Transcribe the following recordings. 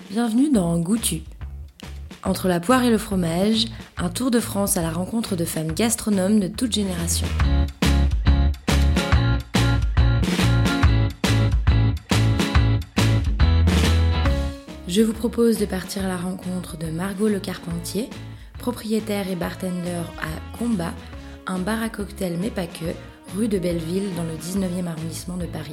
Bienvenue dans Goûtu. Entre la poire et le fromage, un tour de France à la rencontre de femmes gastronomes de toutes générations. Je vous propose de partir à la rencontre de Margot Le Carpentier, propriétaire et bartender à Combat, un bar à cocktails mais pas que, rue de Belleville dans le 19e arrondissement de Paris.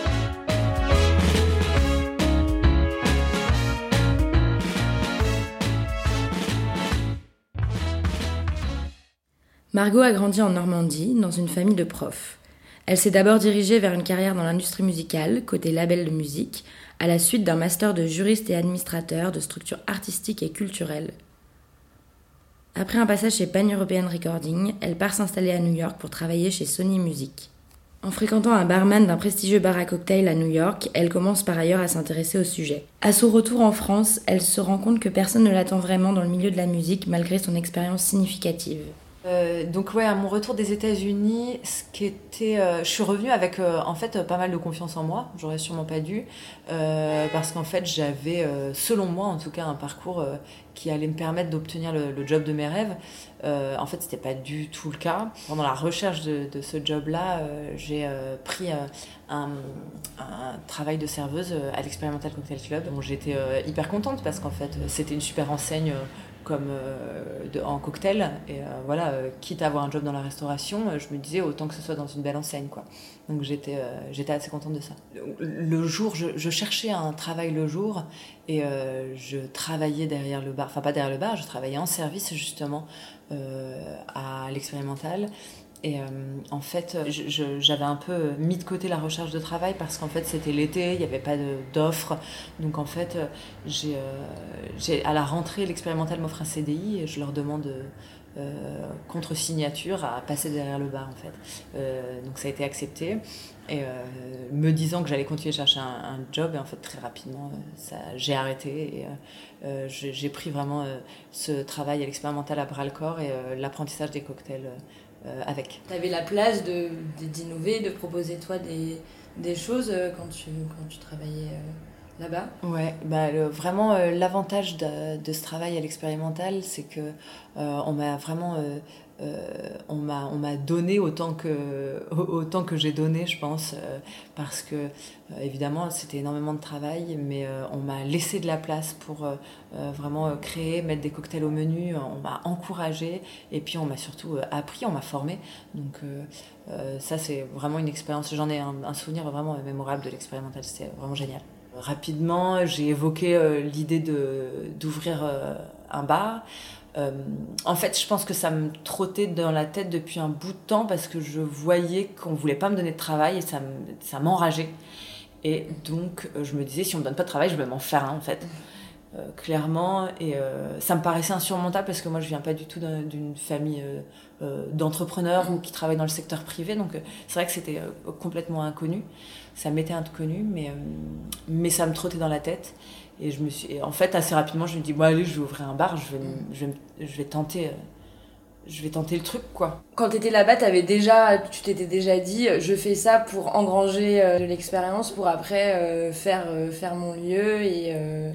Margot a grandi en Normandie, dans une famille de profs. Elle s'est d'abord dirigée vers une carrière dans l'industrie musicale, côté label de musique, à la suite d'un master de juriste et administrateur de structures artistiques et culturelles. Après un passage chez Pan European Recording, elle part s'installer à New York pour travailler chez Sony Music. En fréquentant un barman d'un prestigieux bar à cocktails à New York, elle commence par ailleurs à s'intéresser au sujet. À son retour en France, elle se rend compte que personne ne l'attend vraiment dans le milieu de la musique malgré son expérience significative. À mon retour des États-Unis, je suis revenue avec en fait pas mal de confiance en moi. J'aurais sûrement pas dû, parce qu'en fait j'avais, selon moi en tout cas, un parcours qui allait me permettre d'obtenir le job de mes rêves. En fait, c'était pas du tout le cas. Pendant la recherche de ce job-là, j'ai pris un travail de serveuse à l'Expérimental Cocktail Club. Bon, j'étais hyper contente parce qu'en fait c'était une super enseigne. En cocktail, et quitte à avoir un job dans la restauration, je me disais autant que ce soit dans une belle enseigne, quoi. Donc j'étais assez contente de ça. Le jour, je cherchais un travail le jour, et je travaillais derrière le bar, enfin pas derrière le bar, je travaillais en service justement à l'Expérimental. Et en fait, j'avais un peu mis de côté la recherche de travail parce qu'en fait, c'était l'été, il n'y avait pas d'offres. Donc en fait, à la rentrée, l'Expérimental m'offre un CDI et je leur demande contre signature à passer derrière le bar en fait. Donc ça a été accepté. Et me disant que j'allais continuer à chercher un job, et en fait très rapidement j'ai arrêté, et j'ai pris vraiment ce travail à l'Expérimental à bras-le-corps, et l'apprentissage des cocktails avec. Tu avais la place d'innover, de proposer toi des choses quand tu travaillais là-bas? Ouais, vraiment l'avantage de ce travail à l'Expérimental, c'est que on m'a vraiment on m'a donné autant que j'ai donné, je pense, parce que évidemment c'était énormément de travail, mais on m'a laissé de la place pour vraiment créer, mettre des cocktails au menu, on m'a encouragé, et puis on m'a surtout appris, on m'a formé. Donc ça c'est vraiment une expérience, j'en ai un souvenir vraiment mémorable de l'Expérimental, c'était vraiment génial. Rapidement, j'ai évoqué l'idée d'ouvrir un bar. En fait, je pense que ça me trottait dans la tête depuis un bout de temps parce que je voyais qu'on ne voulait pas me donner de travail, et ça m'enrageait. Et donc, je me disais, si on ne me donne pas de travail, je vais m'en faire un, en fait. Clairement, et ça me paraissait insurmontable parce que moi je viens pas du tout d'une famille d'entrepreneurs ou qui travaillent dans le secteur privé, donc c'est vrai que c'était complètement inconnu, ça m'était inconnu, mais ça me trottait dans la tête, et en fait assez rapidement je me dis allez, je vais ouvrir un bar, je vais tenter le truc, quoi. Quand t'étais là-bas, tu t'étais déjà dit je fais ça pour engranger de l'expérience pour après faire mon lieu et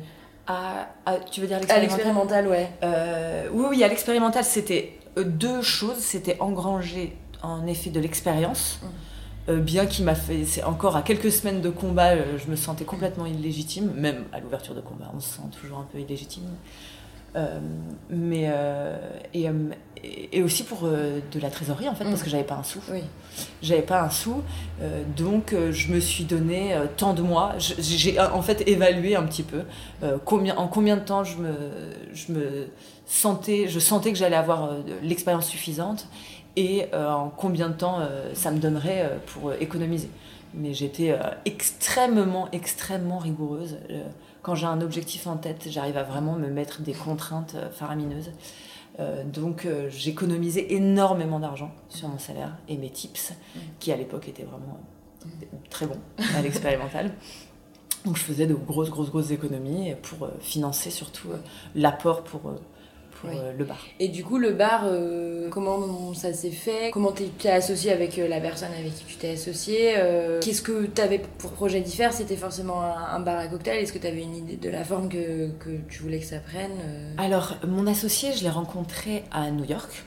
tu veux dire à l'expérimental, ouais. Oui, à l'expérimental, c'était deux choses. C'était engranger, en effet, de l'expérience. Bien qu'il m'a fait... C'est encore à quelques semaines de combat, je me sentais complètement illégitime. Même à l'ouverture de combat, on se sent toujours un peu illégitime. Et aussi pour de la trésorerie, en fait, parce que j'avais pas un sou. Oui. J'avais pas un sou, donc je me suis donné tant de mois. J'ai en fait évalué un petit peu en combien de temps je sentais que j'allais avoir l'expérience suffisante, et en combien de temps ça me donnerait pour économiser. Mais j'étais extrêmement rigoureuse. Quand j'ai un objectif en tête, j'arrive à vraiment me mettre des contraintes faramineuses. Donc j'économisais énormément d'argent sur mon salaire et mes tips, qui à l'époque étaient vraiment très bons à l'Expérimental. Donc je faisais de grosses économies pour financer surtout l'apport pour pour le bar. Et du coup, le bar, comment ça s'est fait? Comment t'es associé avec la personne avec qui tu t'es associé? Qu'est-ce que t'avais pour projet d'y faire? C'était forcément un bar à cocktail? Est-ce que t'avais une idée de la forme que tu voulais que ça prenne? Alors, mon associé, je l'ai rencontré à New York.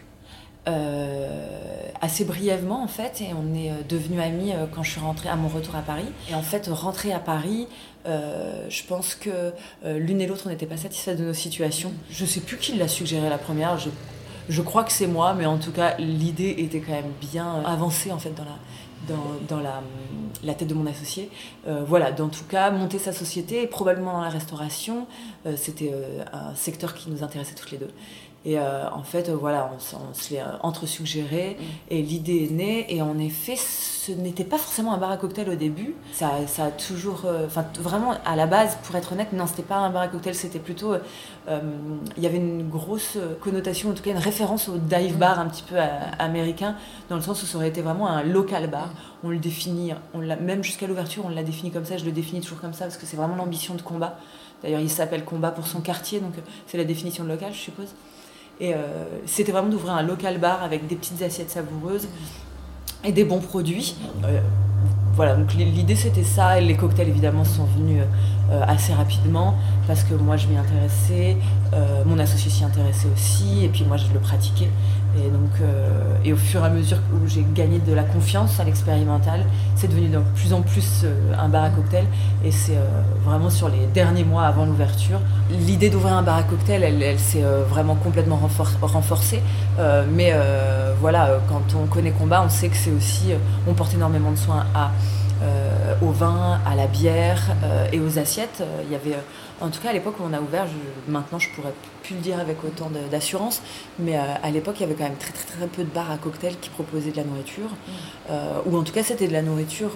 Assez brièvement en fait, et on est devenus amis quand je suis rentrée à mon retour à Paris. Et en fait, rentrée à Paris, je pense que l'une et l'autre on n'était pas satisfaites de nos situations. Je sais plus qui l'a suggéré la première, je crois que c'est moi, mais en tout cas l'idée était quand même bien avancée en fait dans la tête de mon associé. Voilà, dans tout cas, monter sa société, et probablement dans la restauration, c'était un secteur qui nous intéressait toutes les deux. Et en fait, voilà, on se l'est entre-suggéré et l'idée est née. Et en effet, ce n'était pas forcément un bar à cocktail au début. Ça a toujours... vraiment, à la base, pour être honnête, non, c'était pas un bar à cocktail, c'était plutôt... Il y avait une grosse connotation, en tout cas une référence au dive bar un petit peu américain, dans le sens où ça aurait été vraiment un local bar. On le définit, même jusqu'à l'ouverture, on l'a défini comme ça, je le définis toujours comme ça, parce que c'est vraiment l'ambition de Combat. D'ailleurs, il s'appelle Combat pour son quartier, donc c'est la définition de local, je suppose. Et c'était vraiment d'ouvrir un local bar avec des petites assiettes savoureuses et des bons produits. Voilà, donc l'idée c'était ça, et les cocktails évidemment sont venus assez rapidement parce que moi je m'y intéressais, mon associé s'y intéressait aussi, et puis moi je le pratiquais. Et donc, et au fur et à mesure où j'ai gagné de la confiance à l'expérimental, c'est devenu de plus en plus un bar à cocktail. Et c'est vraiment sur les derniers mois avant l'ouverture, l'idée d'ouvrir un bar à cocktail, elle s'est vraiment complètement renforcée. Mais voilà, quand on connaît Combat, on sait que c'est aussi, on porte énormément de soin au vin, à la bière et aux assiettes. Il y avait, en tout cas à l'époque où on a ouvert, maintenant je pourrais plus le dire avec autant d'assurance, mais à l'époque il y avait quand même très, très, très peu de bars à cocktail qui proposaient de la nourriture, ou en tout cas c'était de la nourriture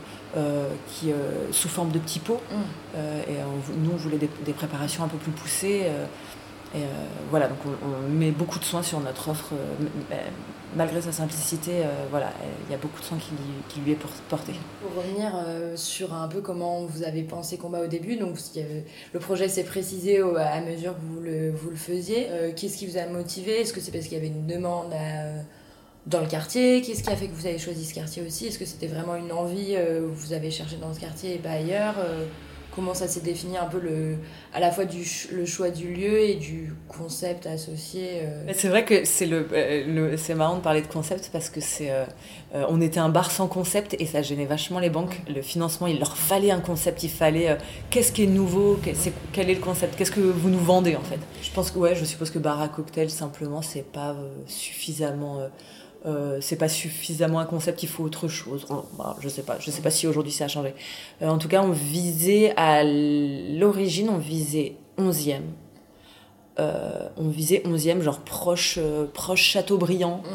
qui sous forme de petits pots, et nous on voulait des préparations un peu plus poussées. Et voilà, donc on met beaucoup de soin sur notre offre, malgré sa simplicité. Voilà, il y a beaucoup de soin qui lui est porté. Pour revenir sur un peu comment vous avez pensé Combat au début, donc le projet s'est précisé à mesure que vous le faisiez. Qu'est-ce qui vous a motivé? Est-ce que c'est parce qu'il y avait une demande dans le quartier? Qu'est-ce qui a fait que vous avez choisi ce quartier aussi? Est-ce que c'était vraiment une envie que vous avez cherché dans ce quartier et pas ailleurs? Comment ça s'est défini un peu à la fois le choix du lieu et du concept associé? C'est vrai que c'est marrant de parler de concept parce que on était un bar sans concept et ça gênait vachement les banques. Le financement, il leur fallait un concept, il fallait qu'est-ce qui est nouveau, quel est le concept, qu'est-ce que vous nous vendez en fait. Je suppose que bar à cocktail simplement c'est pas suffisamment... c'est pas suffisamment un concept, il faut autre chose. Je sais pas si aujourd'hui ça a changé. En tout cas, à l'origine, on visait 11e. On visait 11e, genre proche Châteaubriand,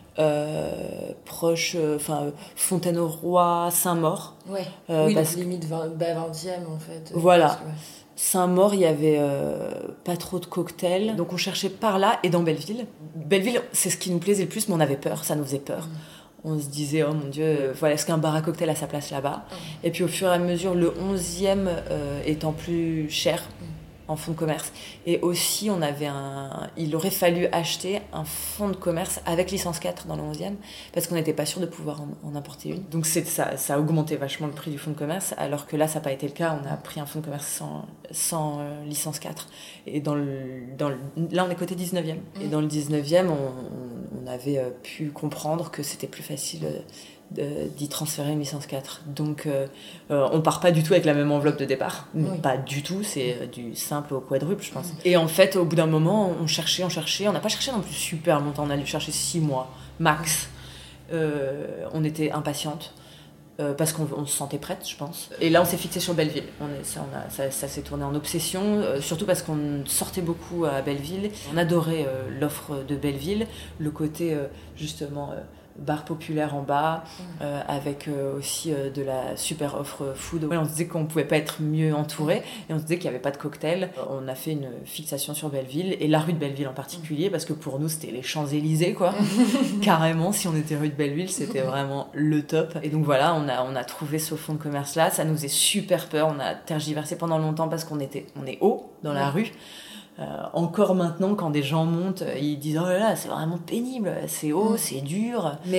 proche Fontaine-au-Roi, Saint-Maur. Ouais. Oui, donc limite 20e en fait. Voilà. Saint-Maur, il y avait pas trop de cocktails, donc on cherchait par là et dans Belleville. Belleville, c'est ce qui nous plaisait le plus, mais on avait peur, ça nous faisait peur. On se disait, oh mon Dieu, voilà, est-ce qu'un bar à cocktail a sa place là-bas? Et puis au fur et à mesure, le 11e étant plus cher en fonds de commerce. Et aussi, il aurait fallu acheter un fonds de commerce avec licence 4 dans le 11e, parce qu'on n'était pas sûr de pouvoir en importer une. Donc ça a augmenté vachement le prix du fonds de commerce, alors que là, ça n'a pas été le cas. On a pris un fonds de commerce sans licence 4. Et là, on est côté 19e. Et dans le 19e, on avait pu comprendre que c'était plus facile d'y transférer une licence 4. Donc on part pas du tout avec la même enveloppe de départ, pas du tout, c'est du simple au quadruple je pense. Et en fait au bout d'un moment on cherchait, on n'a pas cherché non plus super longtemps, on a dû chercher 6 mois max. On était impatiente parce qu'on se sentait prête je pense, et là on s'est fixé sur Belleville. Ça s'est tourné en obsession, surtout parce qu'on sortait beaucoup à Belleville, on adorait l'offre de Belleville, le côté justement bar populaire en bas, avec aussi de la super offre food. Ouais, on se disait qu'on pouvait pas être mieux entouré, et on se disait qu'il y avait pas de cocktail. On a fait une fixation sur Belleville, et la rue de Belleville en particulier, parce que pour nous c'était les Champs-Élysées quoi. Carrément, si on était rue de Belleville, c'était vraiment le top. Et donc voilà, on a trouvé ce fonds de commerce là, ça nous faisait super peur, on a tergiversé pendant longtemps parce on est haut dans la rue. Encore maintenant, quand des gens montent, ils disent oh là là, c'est vraiment pénible, c'est haut, c'est dur. Mais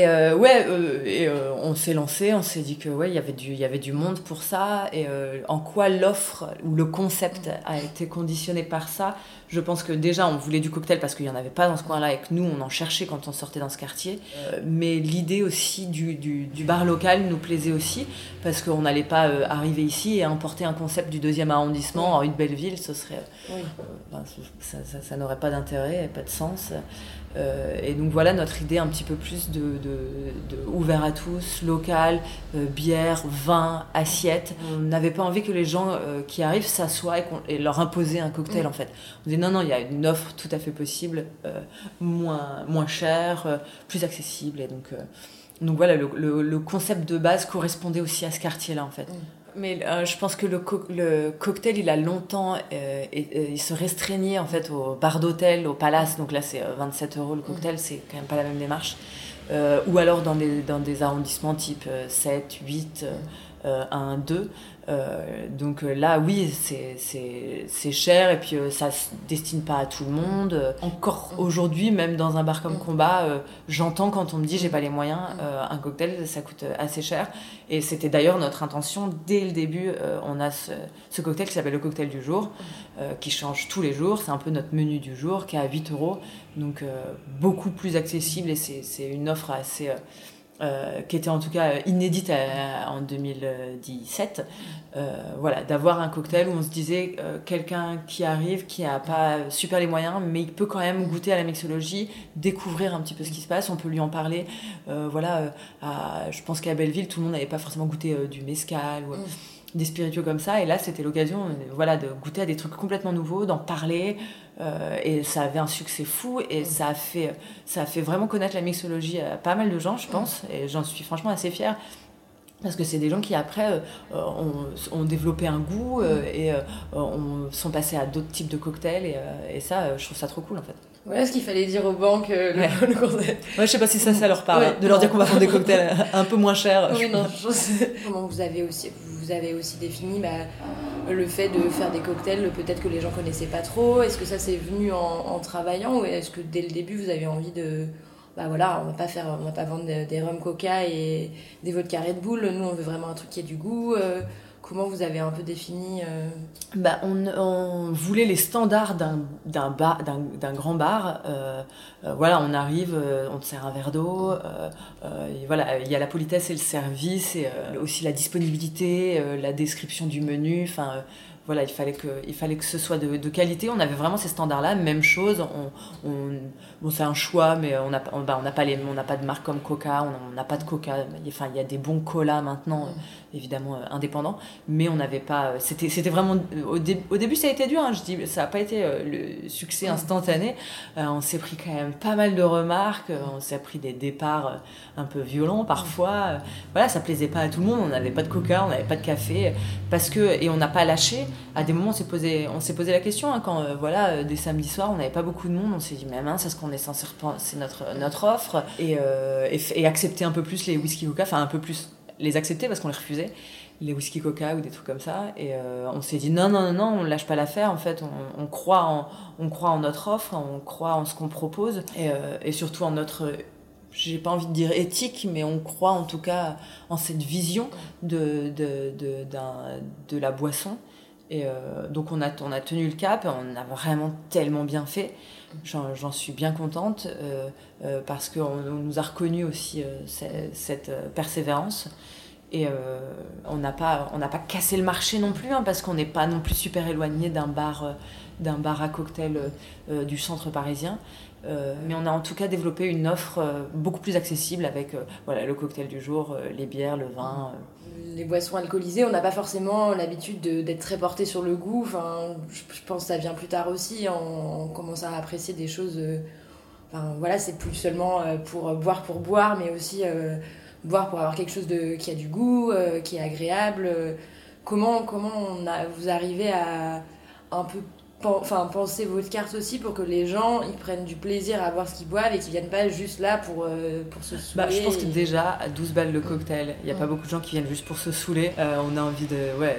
on s'est lancé, on s'est dit que il y avait du monde pour ça. Et en quoi l'offre ou le concept a été conditionné par ça? Je pense que déjà, on voulait du cocktail parce qu'il n'y en avait pas dans ce coin-là et que nous, on en cherchait quand on sortait dans ce quartier. Mais l'idée aussi du bar local nous plaisait aussi parce qu'on n'allait pas arriver ici et importer un concept du 2e arrondissement en rue de Belleville, ce serait... ça n'aurait pas d'intérêt, pas de sens. Et donc voilà notre idée un petit peu plus de ouvert à tous, local, bière, vin, assiette. On n'avait pas envie que les gens qui arrivent s'assoient et leur imposer un cocktail en fait. On disait non, il y a une offre tout à fait possible, moins chère, plus accessible. Et donc voilà, le concept de base correspondait aussi à ce quartier-là en fait. Mais je pense que le cocktail, il a longtemps, il se restreignait en fait au bar d'hôtel, au Palace. Donc là, c'est 27 € le cocktail, c'est quand même pas la même démarche. Ou alors dans des arrondissements type 7, 8, 1, 2. Donc là, oui, c'est cher et puis ça se destine pas à tout le monde. Encore aujourd'hui, même dans un bar comme Combat, j'entends quand on me dit j'ai pas les moyens, un cocktail ça coûte assez cher. Et c'était d'ailleurs notre intention dès le début. On a ce cocktail qui s'appelle le cocktail du jour, qui change tous les jours. C'est un peu notre menu du jour, qui est à 8 €, donc beaucoup plus accessible et c'est une offre assez qui était en tout cas inédite en 2017. Voilà, d'avoir un cocktail où on se disait quelqu'un qui arrive, qui n'a pas super les moyens, mais il peut quand même goûter à la mixologie, découvrir un petit peu ce qui se passe, on peut lui en parler. Je pense qu'à Belleville, tout le monde n'avait pas forcément goûté du mezcal ou des spiritueux comme ça, et là c'était l'occasion de goûter à des trucs complètement nouveaux, d'en parler, et ça avait un succès fou et ça a fait vraiment connaître la mixologie à pas mal de gens, je pense, et j'en suis franchement assez fière parce que c'est des gens qui après ont développé un goût et sont passés à d'autres types de cocktails et ça je trouve ça trop cool en fait. Voilà ce qu'il fallait dire aux banques, le concept. Ouais, je sais pas si ça leur parle, de leur dire qu'on va vendre des cocktails un peu moins chers. Oui, non, je pense... Comment vous avez aussi défini le fait de faire des cocktails, peut-être que les gens connaissaient pas trop. Est-ce que ça c'est venu en travaillant, ou est-ce que dès le début vous avez envie de... on va pas vendre des rhum coca et des vodka Red Bull, nous on veut vraiment un truc qui ait du goût. Comment vous avez un peu défini on voulait les standards d'un grand bar. On arrive, on te sert un verre d'eau. Il y a la politesse et le service, et aussi la disponibilité, la description du menu. Il fallait que ce soit de qualité. On avait vraiment ces standards-là. Même chose. C'est un choix, mais on n'a pas de marque comme Coca. On n'a pas de Coca. Il y a des bons colas maintenant, évidemment indépendants. Mais on n'avait pas. C'était vraiment. Au début, ça a été dur. Je dis, ça n'a pas été le succès instantané. On s'est pris quand même pas mal de remarques. On s'est pris des départs un peu violents parfois. Ça plaisait pas à tout le monde. On n'avait pas de Coca, on n'avait pas de café, et on n'a pas lâché. À des moments, on s'est posé la question quand des samedis soirs, on n'avait pas beaucoup de monde. On s'est dit mais mince, est-ce qu'on est censé c'est notre offre et accepter un peu plus les whisky Coca, un peu plus les accepter parce qu'on les refusait, les whisky Coca ou des trucs comme ça. Et on s'est dit non, on ne lâche pas l'affaire. En fait, on croit en notre offre, on croit en ce qu'on propose et surtout en notre, j'ai pas envie de dire éthique, mais on croit en tout cas en cette vision de la boisson. Et donc on a tenu le cap, on a vraiment tellement bien fait. J'en suis bien contente parce qu'on nous a reconnu aussi cette persévérance. Et on n'a pas cassé le marché non plus, parce qu'on n'est pas non plus super éloigné d'un bar à cocktail du centre parisien. Mais on a en tout cas développé une offre beaucoup plus accessible avec le cocktail du jour, les bières, le vin. Les boissons alcoolisées, on n'a pas forcément l'habitude d'être très porté sur le goût. Je pense que ça vient plus tard aussi, on commence à apprécier des choses. C'est plus seulement pour boire, mais aussi boire pour avoir quelque chose qui a du goût, qui est agréable. Comment vous arrivez à un peu pensez votre carte aussi pour que les gens ils prennent du plaisir à boire ce qu'ils boivent et qu'ils viennent pas juste là pour se saouler. Je pense que déjà, à 12 balles le cocktail, il n'y a pas beaucoup de gens qui viennent juste pour se saouler. On a envie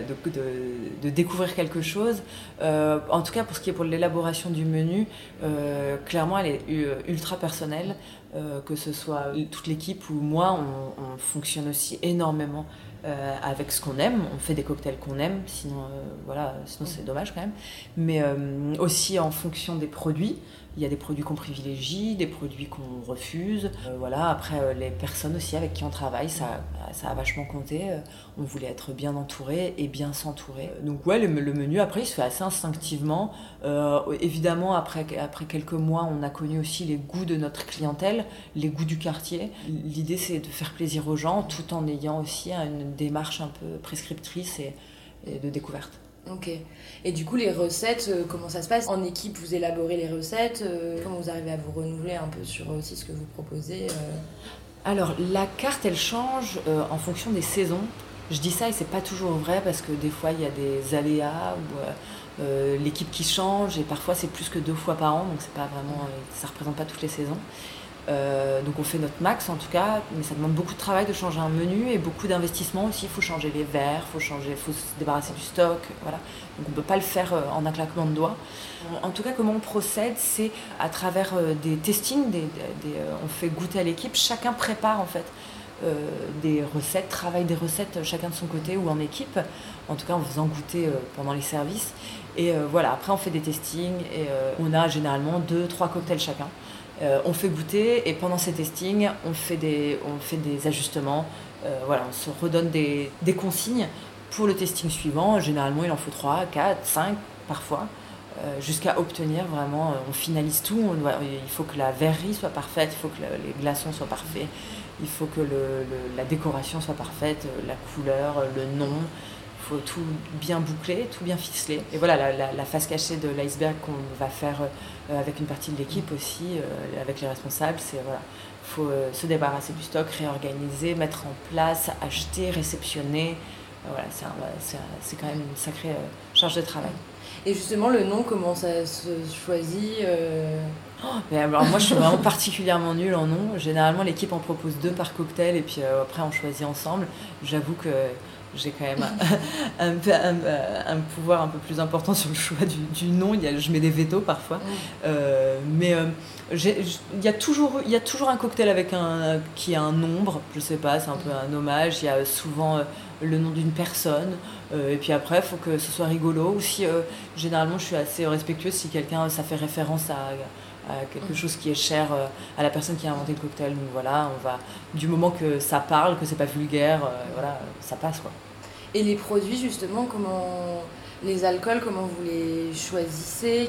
de découvrir quelque chose. En tout cas, pour ce qui est pour l'élaboration du menu, clairement, elle est ultra personnelle. Que ce soit toute l'équipe ou moi, on fonctionne aussi énormément avec ce qu'on aime. On fait des cocktails qu'on aime, sinon c'est dommage quand même. Mais aussi en fonction des produits. Il y a des produits qu'on privilégie, des produits qu'on refuse. Après, les personnes aussi avec qui on travaille, ça a vachement compté. On voulait être bien entouré et bien s'entourer. Donc le menu, après, il se fait assez instinctivement. Évidemment, après quelques mois, on a connu aussi les goûts de notre clientèle, les goûts du quartier. L'idée, c'est de faire plaisir aux gens, tout en ayant aussi une démarche un peu prescriptrice et de découverte. Ok. Et du coup, les recettes, comment ça se passe ? En équipe, vous élaborez les recettes, comment vous arrivez à vous renouveler un peu sur aussi ce que vous proposez Alors, la carte, elle change en fonction des saisons. Je dis ça et c'est pas toujours vrai parce que des fois, il y a des aléas ou l'équipe qui change et parfois c'est plus que 2 fois par an, donc c'est pas vraiment, ça représente pas toutes les saisons. Donc on fait notre max en tout cas, mais ça demande beaucoup de travail de changer un menu et beaucoup d'investissement aussi. Il faut changer les verres, faut se débarrasser du stock, voilà. Donc on peut pas le faire en un claquement de doigts. En tout cas, comment on procède, c'est à travers des testings, on fait goûter à l'équipe, chacun prépare en fait des recettes, travaille des recettes chacun de son côté ou en équipe, en tout cas en faisant goûter pendant les services. Et après on fait des testings et on a généralement 2-3 cocktails chacun. On fait goûter et pendant ces testings, on fait des ajustements. On se redonne des consignes pour le testing suivant. Généralement, il en faut 3, 4, 5 parfois, jusqu'à obtenir vraiment, on finalise tout. Il faut que la verrerie soit parfaite, il faut que les glaçons soient parfaits, il faut que la décoration soit parfaite, la couleur, le nom. Il faut tout bien boucler, tout bien ficeler. Et voilà, la face cachée de l'iceberg qu'on va faire avec une partie de l'équipe aussi, avec les responsables, c'est faut se débarrasser du stock, réorganiser, mettre en place, acheter, réceptionner. C'est quand même une sacrée charge de travail. Et justement, le nom, comment ça se choisit Mais alors, moi, je suis vraiment particulièrement nulle en nom. Généralement, l'équipe en propose 2 par cocktail et puis après, on choisit ensemble. J'avoue que j'ai quand même un pouvoir un peu plus important sur le choix du nom. Je mets des vétos parfois. Mais il y a toujours un cocktail qui a un nombre. Je sais pas, c'est un peu un hommage. Il y a souvent le nom d'une personne. Et puis après, il faut que ce soit rigolo. Ou si, généralement, je suis assez respectueuse si quelqu'un, ça fait référence à quelque chose qui est cher à la personne qui a inventé le cocktail. Donc voilà, du moment que ça parle, que c'est pas vulgaire, ça passe quoi. Et les produits justement, les alcools, comment vous les choisissez ?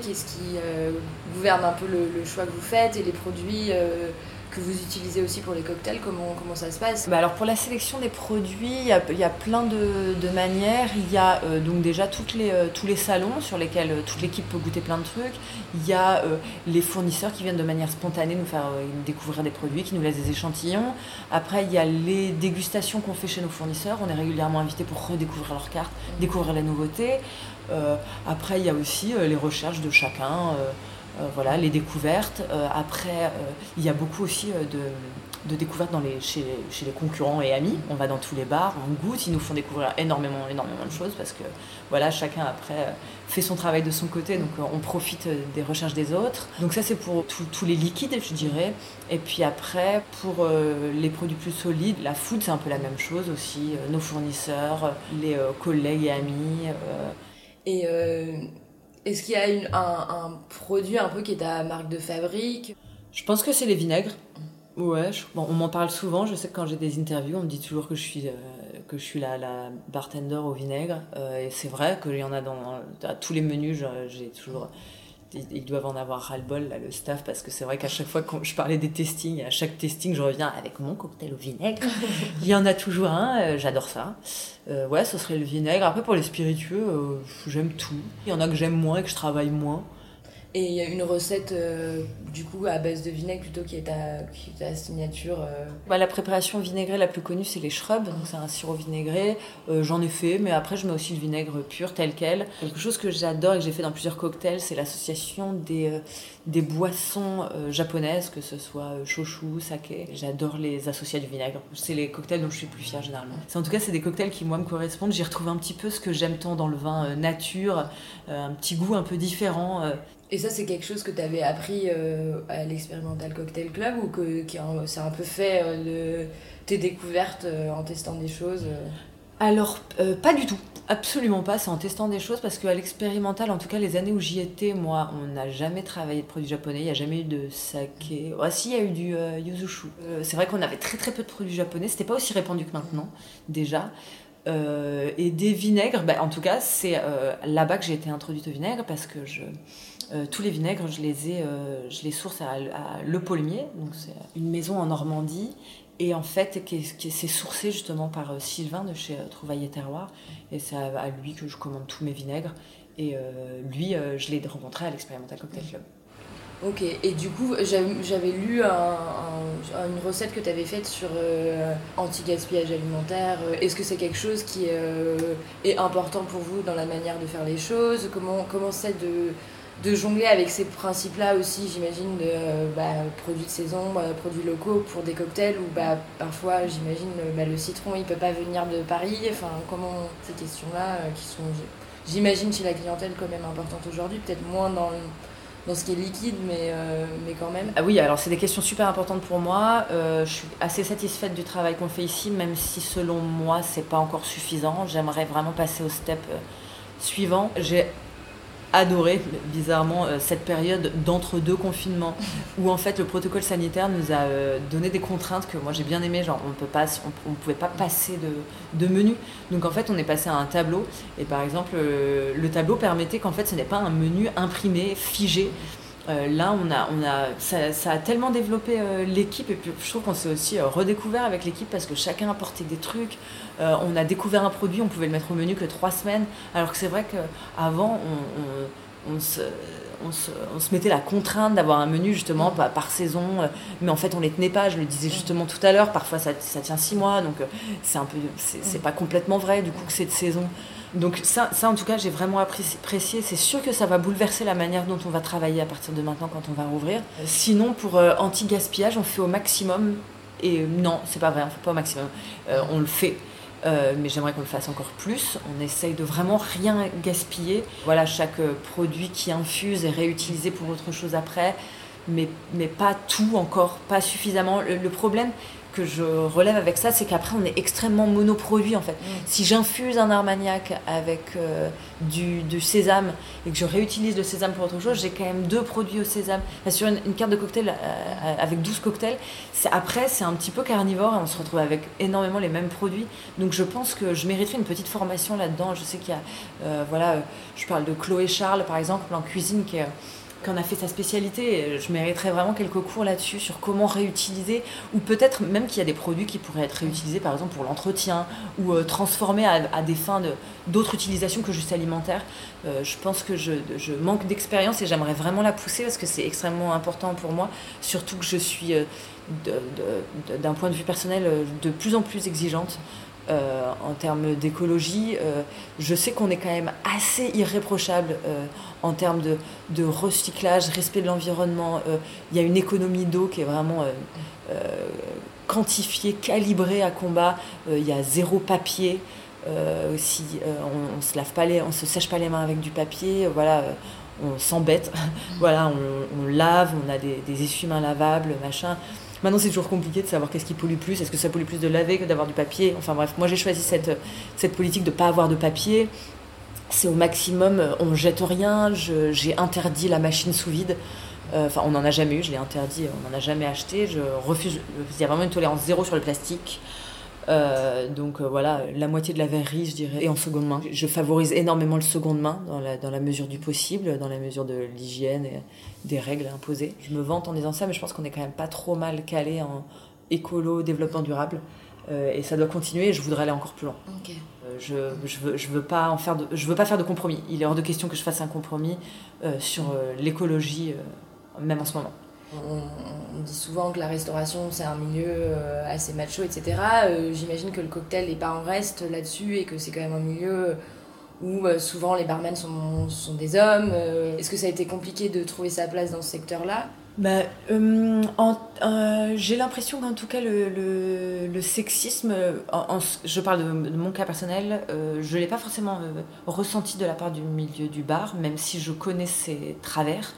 Qu'est-ce qui gouverne un peu le choix que vous faites ? Et les produits que vous utilisez aussi pour les cocktails, comment ça se passe ? Alors pour la sélection des produits, il y a plein de manières. Il y a donc déjà tous les salons sur lesquels toute l'équipe peut goûter plein de trucs. Il y a les fournisseurs qui viennent de manière spontanée nous faire découvrir des produits, qui nous laissent des échantillons. Après, il y a les dégustations qu'on fait chez nos fournisseurs. On est régulièrement invités pour redécouvrir leurs cartes, découvrir les nouveautés. Après, il y a aussi les recherches de chacun. Les découvertes. Après, il y a beaucoup aussi de découvertes chez les concurrents et amis. On va dans tous les bars, on goûte, ils nous font découvrir énormément de choses parce que chacun après fait son travail de son côté, donc on profite des recherches des autres. Donc ça c'est pour tous les liquides, je dirais. Et puis après, pour les produits plus solides, la food c'est un peu la même chose aussi, nos fournisseurs, les collègues et amis. Est-ce qu'il y a un produit un peu qui est ta marque de fabrique ? Je pense que c'est les vinaigres. Ouais, on m'en parle souvent. Je sais que quand j'ai des interviews, on me dit toujours que je suis la bartender au vinaigre. Et c'est vrai qu'il y en a à tous les menus. J'ai toujours... Ils doivent en avoir ras-le-bol, là, le staff, parce que c'est vrai qu'à chaque fois que je parlais des testings, à chaque testing, je reviens avec mon cocktail au vinaigre. Il y en a toujours un, j'adore ça. Ce serait le vinaigre. Après, pour les spiritueux, j'aime tout. Il y en a que j'aime moins et que je travaille moins. Et il y a une recette, du coup, à base de vinaigre plutôt qui est ta signature La préparation vinaigrée la plus connue, c'est les shrubs, donc c'est un sirop vinaigré. J'en ai fait, mais après je mets aussi le vinaigre pur tel quel. Quelque chose que j'adore et que j'ai fait dans plusieurs cocktails, c'est l'association des boissons japonaises, que ce soit shochu, saké. J'adore les associer à du vinaigre. C'est les cocktails dont je suis le plus fière généralement. En tout cas, c'est des cocktails qui moi me correspondent. J'y retrouve un petit peu ce que j'aime tant dans le vin nature, un petit goût un peu différent. Et ça, c'est quelque chose que tu avais appris à l'Expérimental Cocktail Club ou c'est un peu fait de tes découvertes en testant des choses Alors, pas du tout. Absolument pas, c'est en testant des choses parce qu'à l'expérimental, en tout cas les années où j'y étais, moi, on n'a jamais travaillé de produits japonais, il n'y a jamais eu de saké. Ah si, il y a eu du yuzu. C'est vrai qu'on avait très très peu de produits japonais, c'était pas aussi répandu que maintenant, déjà. Et des vinaigres, en tout cas, c'est là-bas que j'ai été introduite au vinaigre parce que tous les vinaigres, je les source à Le Paulmier, donc c'est une maison en Normandie. Et en fait, c'est sourcé justement par Sylvain de chez Trouvailles et Terroir. Et c'est à lui que je commande tous mes vinaigres. Et lui, je l'ai rencontré à l'Expérimental Cocktail Club. Ok, et du coup, j'avais lu une recette que tu avais faite sur anti-gaspillage alimentaire. Est-ce que c'est quelque chose qui est important pour vous dans la manière de faire les choses? Comment c'est de jongler avec ces principes-là aussi, j'imagine, de produits de saison, produits locaux pour des cocktails où parfois, j'imagine, le citron, il peut pas venir de Paris. Enfin, comment ces questions-là qui sont, j'imagine, chez la clientèle quand même importantes aujourd'hui, peut-être moins dans ce qui est liquide, mais quand même. Ah oui, alors c'est des questions super importantes pour moi. Je suis assez satisfaite du travail qu'on fait ici, même si selon moi, c'est pas encore suffisant. J'aimerais vraiment passer au step suivant. J'ai adoré, bizarrement, cette période d'entre-deux confinements où en fait le protocole sanitaire nous a donné des contraintes que moi j'ai bien aimé, genre on pouvait pas passer de menu, donc en fait on est passé à un tableau et par exemple le tableau permettait qu'en fait ce n'est pas un menu imprimé, figé. Là, ça a tellement développé l'équipe et puis je trouve qu'on s'est aussi redécouvert avec l'équipe parce que chacun apportait des trucs. On a découvert un produit, on pouvait le mettre au menu que 3 semaines, alors que c'est vrai qu'avant, on se mettait la contrainte d'avoir un menu justement par saison, mais en fait on les tenait pas, je le disais justement tout à l'heure, parfois ça tient 6 mois, donc c'est pas complètement vrai du coup que c'est de saison. Donc ça en tout cas j'ai vraiment apprécié. C'est sûr que ça va bouleverser la manière dont on va travailler à partir de maintenant quand on va rouvrir. Sinon pour anti-gaspillage on fait au maximum. Et non, c'est pas vrai, on fait pas au maximum. On le fait. Mais j'aimerais qu'on le fasse encore plus. On essaye de vraiment rien gaspiller. Voilà, chaque produit qui infuse est réutilisé pour autre chose après, mais pas tout encore, pas suffisamment. Le problème que je relève avec ça, c'est qu'après on est extrêmement monoproduit en fait. Si j'infuse un Armagnac avec du sésame et que je réutilise le sésame pour autre chose, j'ai quand même 2 produits au sésame. Là, sur une carte de cocktail avec 12 cocktails, après c'est un petit peu carnivore et on se retrouve avec énormément les mêmes produits. Donc je pense que je mériterais une petite formation là-dedans. Je sais qu'il y a, je parle de Chloé Charles par exemple en cuisine qu'on a fait sa spécialité, je mériterais vraiment quelques cours là-dessus sur comment réutiliser, ou peut-être même qu'il y a des produits qui pourraient être réutilisés par exemple pour l'entretien ou transformés à des fins d'autres utilisations que juste alimentaires. Je pense que je manque d'expérience et j'aimerais vraiment la pousser parce que c'est extrêmement important pour moi, surtout que je suis d'un point de vue personnel de plus en plus exigeante. En termes d'écologie, je sais qu'on est quand même assez irréprochable en termes de recyclage, respect de l'environnement. Il y a une économie d'eau qui est vraiment quantifiée, calibrée à combat. Il y a 0 papier. Si on se sèche pas les mains avec du papier, on s'embête. Voilà, on lave, on a des essuie-mains lavables, machin. Maintenant, c'est toujours compliqué de savoir qu'est-ce qui pollue plus. Est-ce que ça pollue plus de laver que d'avoir du papier? Enfin bref, moi j'ai choisi cette politique de ne pas avoir de papier. C'est au maximum, on jette rien. J'ai interdit la machine sous vide. Enfin, on n'en a jamais eu, je l'ai interdit, on n'en a jamais acheté. Je refuse. Il y a vraiment une tolérance 0 sur le plastique. Donc voilà, la moitié de la verrerie, je dirais, et en seconde main. Je favorise énormément le seconde main dans la mesure du possible, dans la mesure de l'hygiène et des règles imposées. Je me vante en disant ça, mais je pense qu'on est quand même pas trop mal calé en écolo, développement durable. Et ça doit continuer et je voudrais aller encore plus loin. Okay. je veux pas faire de compromis. Il est hors de question que je fasse un compromis sur l'écologie, même en ce moment. On dit souvent que la restauration c'est un milieu assez macho, etc. J'imagine que le cocktail n'est pas en reste là-dessus et que c'est quand même un milieu où souvent les barman sont des hommes. Est-ce que ça a été compliqué de trouver sa place dans ce secteur-là ? J'ai l'impression qu'en tout cas le sexisme, je parle de mon cas personnel, je ne l'ai pas forcément ressenti de la part du milieu du bar, même si je connais ses travers.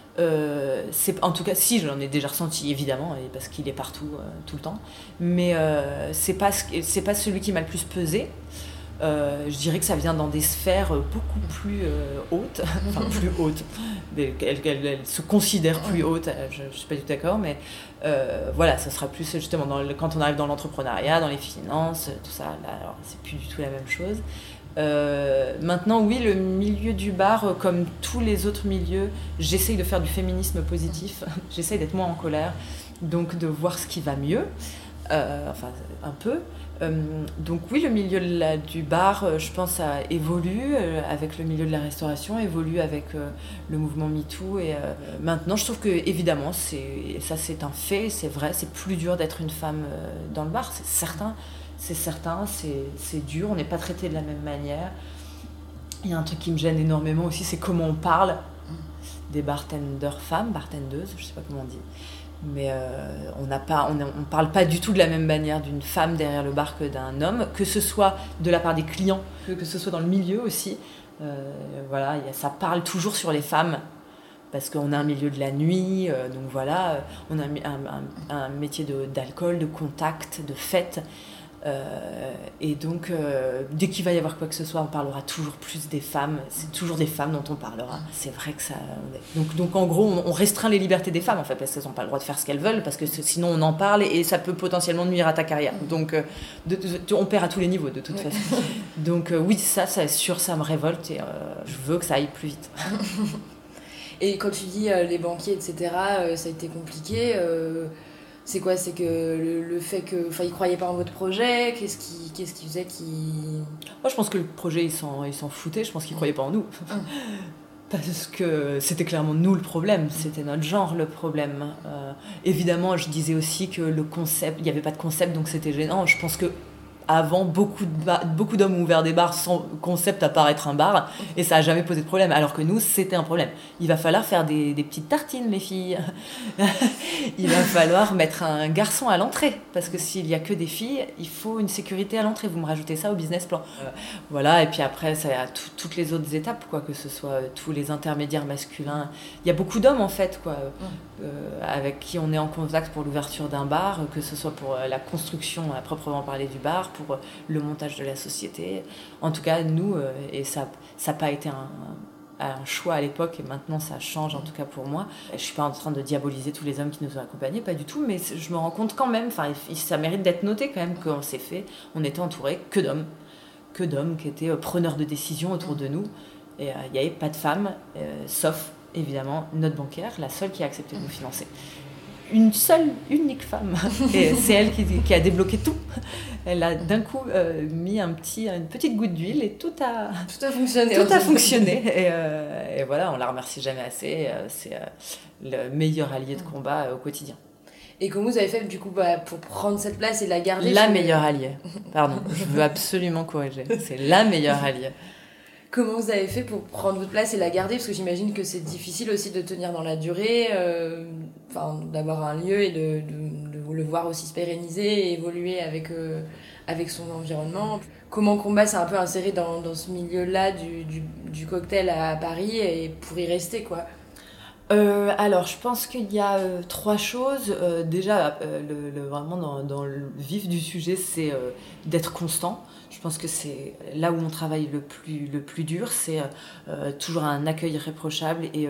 En tout cas, si, j'en ai déjà ressenti évidemment, parce qu'il est partout tout le temps, mais c'est pas celui qui m'a le plus pesé. Je dirais que ça vient dans des sphères beaucoup plus hautes, enfin plus hautes, elle se considère plus haute, je ne suis pas du tout d'accord, mais voilà, ça sera plus justement quand on arrive dans l'entrepreneuriat, dans les finances, tout ça, là, alors, c'est plus du tout la même chose. Maintenant, oui, le milieu du bar, comme tous les autres milieux, j'essaye de faire du féminisme positif, j'essaye d'être moins en colère, donc de voir ce qui va mieux, enfin un peu. Donc oui, le milieu du bar, je pense, a évolué avec le milieu de la restauration, évolue avec le mouvement MeToo. Et maintenant, je trouve que évidemment, ça c'est un fait, c'est vrai, c'est plus dur d'être une femme dans le bar, c'est certain, c'est dur, on n'est pas traité de la même manière. Il y a un truc qui me gêne énormément aussi, c'est comment on parle des bartenders femmes, bartendeuses, je sais pas comment on dit. Mais on parle pas du tout de la même manière d'une femme derrière le bar que d'un homme, que ce soit de la part des clients, que ce soit dans le milieu aussi. Voilà, ça parle toujours sur les femmes, parce qu'on a un milieu de la nuit, donc voilà, on a un métier d'alcool, de contact, de fête. Et donc, dès qu'il va y avoir quoi que ce soit, on parlera toujours plus des femmes. C'est toujours des femmes dont on parlera. C'est vrai que ça. Donc en gros, on restreint les libertés des femmes, en fait, parce qu'elles n'ont pas le droit de faire ce qu'elles veulent, parce que sinon on en parle et ça peut potentiellement nuire à ta carrière. Donc, on perd à tous les niveaux, de toute façon. Donc, oui, ça c'est sûr, ça me révolte et je veux que ça aille plus vite. Et quand tu dis les banquiers, etc., ça a été compliqué. C'est quoi ? C'est que le fait que, enfin, ils croyaient pas en votre projet. Qu'est-ce qui faisait qu'ils... Moi, je pense que le projet, ils s'en foutaient. Je pense qu'ils croyaient pas en nous. Parce que c'était clairement nous le problème. C'était notre genre le problème. Évidemment, je disais aussi que le concept, il n'y avait pas de concept, donc c'était gênant. Je pense que avant, beaucoup d'hommes ont ouvert des bars sans concept à part être un bar, et ça n'a jamais posé de problème, alors que nous, c'était un problème. Il va falloir faire des petites tartines, les filles. Il va falloir mettre un garçon à l'entrée, parce que s'il n'y a que des filles, il faut une sécurité à l'entrée. Vous me rajoutez ça au business plan. Voilà, et puis après, ça a toutes les autres étapes, quoi, que ce soit tous les intermédiaires masculins. Il y a beaucoup d'hommes, en fait, quoi, avec qui on est en contact pour l'ouverture d'un bar, que ce soit pour la construction à proprement parler du bar, pour le montage de la société. En tout cas, nous, et ça n'a pas été un choix à l'époque, et maintenant ça change, en tout cas pour moi. Je ne suis pas en train de diaboliser tous les hommes qui nous ont accompagnés, pas du tout, mais je me rends compte quand même, ça mérite d'être noté quand même, qu'on s'est fait, on était entouré que d'hommes qui étaient preneurs de décisions autour de nous, et il n'y avait pas de femmes, sauf évidemment notre banquière, la seule qui a accepté de nous financer. Une seule, unique femme. Et c'est elle qui a débloqué tout. Elle a d'un coup mis une petite goutte d'huile et tout a fonctionné. Tout a fonctionné. Et voilà, on la remercie jamais assez. C'est le meilleur allié de combat au quotidien. Et comment vous avez fait du coup pour prendre cette place et la garder ? La meilleure alliée. Pardon, je veux absolument corriger. C'est la meilleure alliée. Comment vous avez fait pour prendre votre place et la garder ? Parce que j'imagine que c'est difficile aussi de tenir dans la durée, d'avoir un lieu et de le voir aussi se pérenniser et évoluer avec son environnement. Comment Combat s'est un peu inséré dans ce milieu-là du cocktail à Paris et pour y rester, quoi ? Alors, je pense qu'il y a 3 choses. Déjà, vraiment dans le vif du sujet, c'est d'être constant. Je pense que c'est là où on travaille le plus dur, c'est toujours un accueil irréprochable et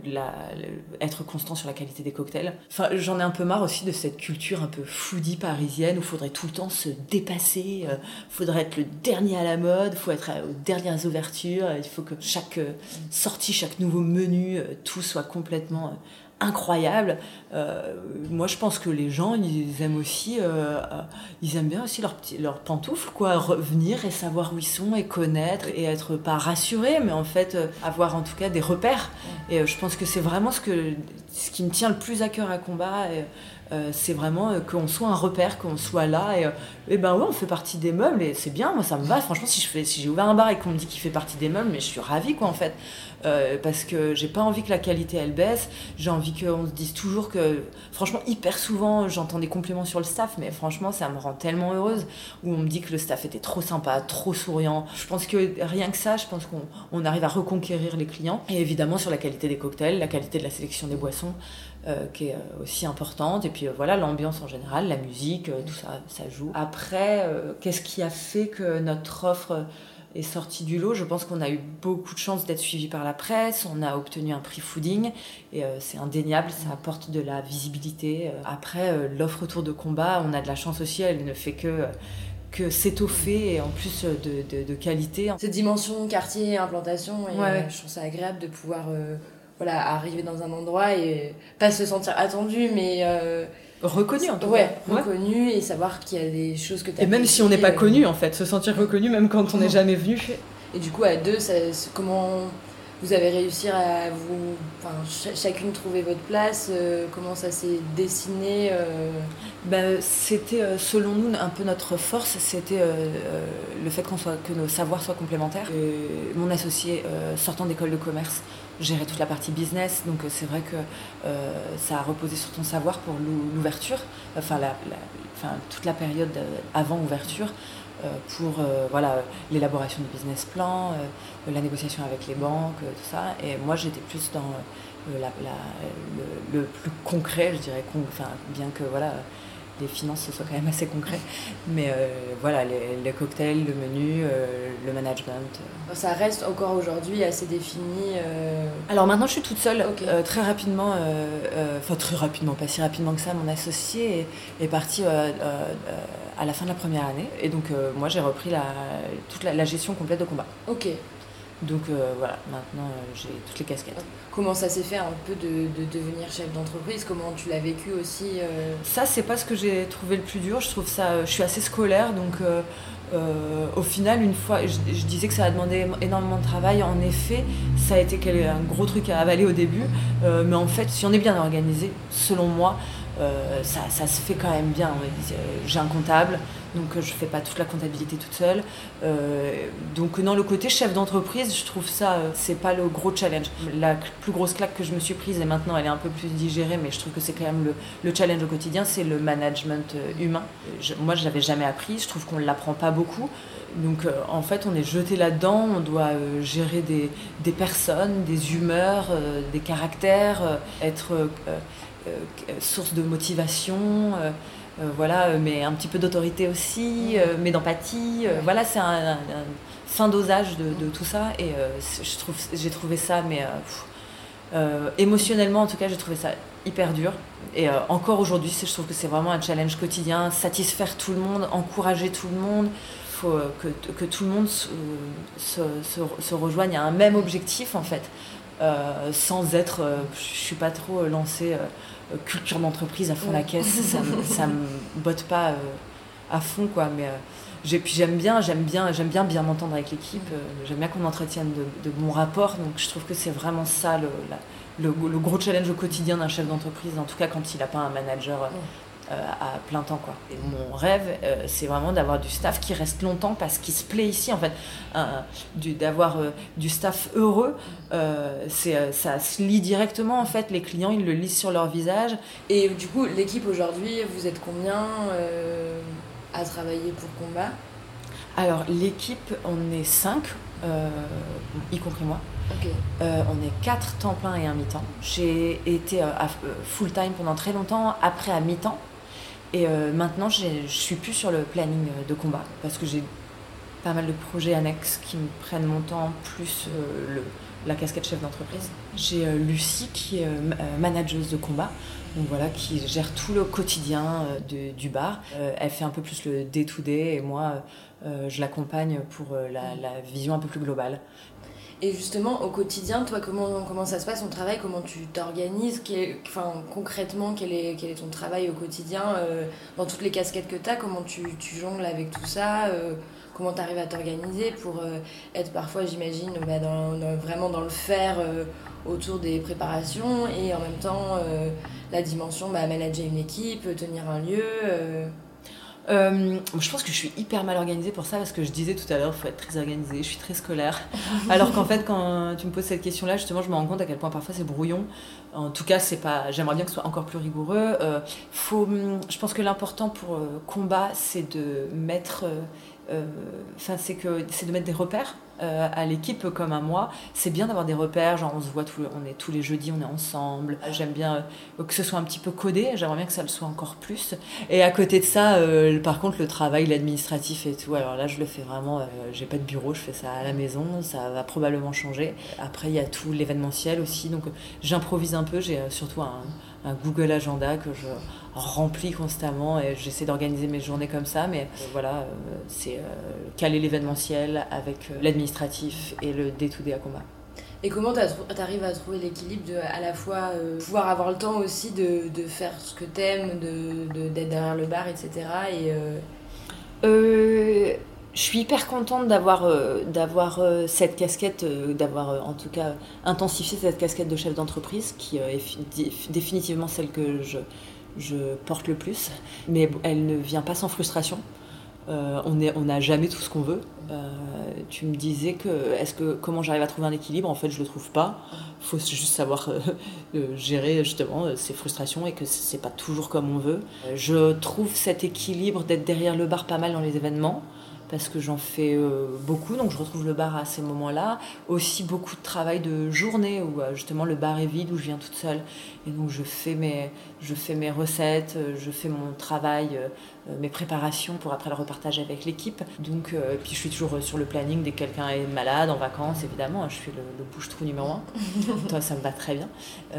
être constant sur la qualité des cocktails. Enfin, j'en ai un peu marre aussi de cette culture un peu foodie parisienne où il faudrait tout le temps se dépasser, faudrait être le dernier à la mode, il faut être aux dernières ouvertures, il faut que chaque sortie, chaque nouveau menu, tout soit complètement incroyable. Moi, je pense que les gens, ils aiment aussi, ils aiment bien aussi leurs pantoufles, quoi. Revenir et savoir où ils sont et connaître et être pas rassurés, mais en fait avoir en tout cas des repères. Et je pense que c'est vraiment ce qui me tient le plus à cœur à Combat. C'est vraiment qu'on soit un repère, qu'on soit là et ben ouais, on fait partie des meubles et c'est bien, moi ça me va. Franchement, si j'ai ouvert un bar et qu'on me dit qu'il fait partie des meubles, mais je suis ravie, quoi, en fait. Parce que j'ai pas envie que la qualité elle baisse, j'ai envie qu'on se dise toujours que, franchement, hyper souvent j'entends des compliments sur le staff, mais franchement ça me rend tellement heureuse, où on me dit que le staff était trop sympa, trop souriant. Je pense que rien que ça, je pense qu'on arrive à reconquérir les clients. Et évidemment sur la qualité des cocktails, la qualité de la sélection des boissons, qui est aussi importante, et puis voilà, l'ambiance en général, la musique, tout ça, ça joue. Après, qu'est-ce qui a fait que notre offre est sortie du lot? Je pense qu'on a eu beaucoup de chance d'être suivi par la presse, on a obtenu un prix fooding, et c'est indéniable, ça apporte de la visibilité. Après, l'offre autour de Combat, on a de la chance aussi, elle ne fait que s'étoffer, et en plus de qualité. Cette dimension quartier, implantation, et ouais. je trouve ça agréable de pouvoir arriver dans un endroit et pas se sentir attendu, mais reconnu en tout cas. Ouais, reconnu, et savoir qu'il y a des choses que tu as. Et même si on n'est pas connu, en fait, se sentir reconnu même quand on n'est jamais venu. Et du coup, à deux, comment vous avez réussi à chacune trouver votre place, comment ça s'est dessiné C'était, selon nous, un peu notre force, c'était le fait que nos savoirs soient complémentaires. Mon associé, sortant d'école de commerce, gérait toute la partie business, donc c'est vrai que ça a reposé sur ton savoir pour l'ouverture, toute la période avant ouverture, pour l'élaboration du business plan, la négociation avec les banques, tout ça. Et moi, j'étais plus dans le plus concret, je dirais, bien que les finances, ce soit quand même assez concret. Mais les cocktails, le menu, le management. Ça reste encore aujourd'hui assez défini Alors maintenant, je suis toute seule. Okay. Très rapidement, très rapidement, pas si rapidement que ça, mon associé est parti à la fin de la première année. Et donc, moi, j'ai repris toute la gestion complète de Combat. Ok. Donc maintenant j'ai toutes les casquettes. Comment ça s'est fait un peu de devenir chef d'entreprise? Comment tu l'as vécu aussi Ça, c'est pas ce que j'ai trouvé le plus dur. Je trouve ça, je suis assez scolaire, donc au final, une fois, je disais que ça a demandé énormément de travail. En effet, ça a été un gros truc à avaler au début, mais en fait, si on est bien organisé, selon moi, ça se fait quand même bien. J'ai un comptable, donc je fais pas toute la comptabilité toute seule. Donc dans le côté chef d'entreprise, je trouve ça, c'est pas le gros challenge. La plus grosse claque que je me suis prise, et maintenant elle est un peu plus digérée, mais je trouve que c'est quand même le challenge au quotidien, c'est le management humain. Moi, je l'avais jamais appris, je trouve qu'on l'apprend pas beaucoup. Donc en fait, on est jeté là-dedans, on doit gérer des personnes, des humeurs, des caractères, être source de motivation, mais un petit peu d'autorité aussi, mais d'empathie. C'est un fin dosage de tout ça, et j'ai trouvé ça, émotionnellement en tout cas, j'ai trouvé ça hyper dur. Et encore aujourd'hui, je trouve que c'est vraiment un challenge quotidien, satisfaire tout le monde, encourager tout le monde. Il faut que tout le monde se rejoigne à un même objectif, en fait. Sans être, je suis pas trop lancée culture d'entreprise à fond la caisse, ça me botte pas à fond, quoi. Mais puis j'aime bien bien m'entendre avec l'équipe, j'aime bien qu'on entretienne de bons rapports, donc je trouve que c'est vraiment ça le gros challenge au quotidien d'un chef d'entreprise, en tout cas quand il n'a pas un manager à plein temps, quoi. Et mon rêve, c'est vraiment d'avoir du staff qui reste longtemps parce qu'il se plaît ici, en fait. D'avoir du staff heureux, ça se lit directement, en fait. Les clients, ils le lisent sur leur visage. Et du coup, l'équipe aujourd'hui, vous êtes combien à travailler pour Combat? Alors, l'équipe, on est 5, y compris moi. Okay. On est 4 temps plein et un mi-temps. J'ai été à full-time pendant très longtemps, après à mi-temps. Et maintenant, je suis plus sur le planning de Combat, parce que j'ai pas mal de projets annexes qui me prennent mon temps, plus la casquette chef d'entreprise. J'ai Lucie qui est manageuse de Combat, donc qui gère tout le quotidien du bar. Elle fait un peu plus le day-to-day, et moi, je l'accompagne pour la vision un peu plus globale. Et justement, au quotidien, toi, comment ça se passe ton travail? Comment tu t'organises? Concrètement, quel est ton travail au quotidien dans toutes les casquettes que tu as? Comment tu jongles avec tout ça? Comment tu arrives à t'organiser pour être parfois, j'imagine, vraiment dans le faire autour des préparations et en même temps la dimension manager une équipe, tenir un lieu Je pense que je suis hyper mal organisée pour ça, parce que je disais tout à l'heure, il faut être très organisée, je suis très scolaire. Alors qu'en fait, quand tu me poses cette question-là, justement, je me rends compte à quel point parfois c'est brouillon. En tout cas, j'aimerais bien que ce soit encore plus rigoureux. Je pense que l'important pour combat, c'est de mettre... c'est de mettre des repères à l'équipe comme à moi. C'est bien d'avoir des repères, genre on se voit on est tous les jeudis, on est ensemble. J'aime bien que ce soit un petit peu codé, j'aimerais bien que ça le soit encore plus. Et à côté de ça, par contre, le travail, l'administratif et tout, alors là je le fais vraiment, j'ai pas de bureau, je fais ça à la maison, ça va probablement changer. Après il y a tout l'événementiel aussi, donc j'improvise un peu, j'ai surtout un Google Agenda que je remplis constamment et j'essaie d'organiser mes journées comme ça, mais c'est caler l'événementiel avec l'administratif et le day-to-day à combat. Et comment t'arrives à trouver l'équilibre de à la fois pouvoir avoir le temps aussi de faire ce que t'aimes, d'être derrière le bar, etc. Je suis hyper contente d'avoir cette casquette, d'avoir en tout cas intensifié cette casquette de chef d'entreprise qui est définitivement celle que je porte le plus, mais elle ne vient pas sans frustration. On n'a jamais tout ce qu'on veut. Tu me disais comment j'arrive à trouver un équilibre. En fait, je le trouve pas. Il faut juste savoir gérer justement ces frustrations et que c'est pas toujours comme on veut. Je trouve cet équilibre d'être derrière le bar pas mal dans les événements, parce que j'en fais beaucoup, donc je retrouve le bar à ces moments-là. Aussi beaucoup de travail de journée où justement le bar est vide, où je viens toute seule. Et donc je fais mes recettes, je fais mon travail, mes préparations pour après le repartage avec l'équipe. Donc, puis je suis toujours sur le planning dès que quelqu'un est malade, en vacances, évidemment. Je suis le bouche-trou numéro 1. Toi, ça me va très bien.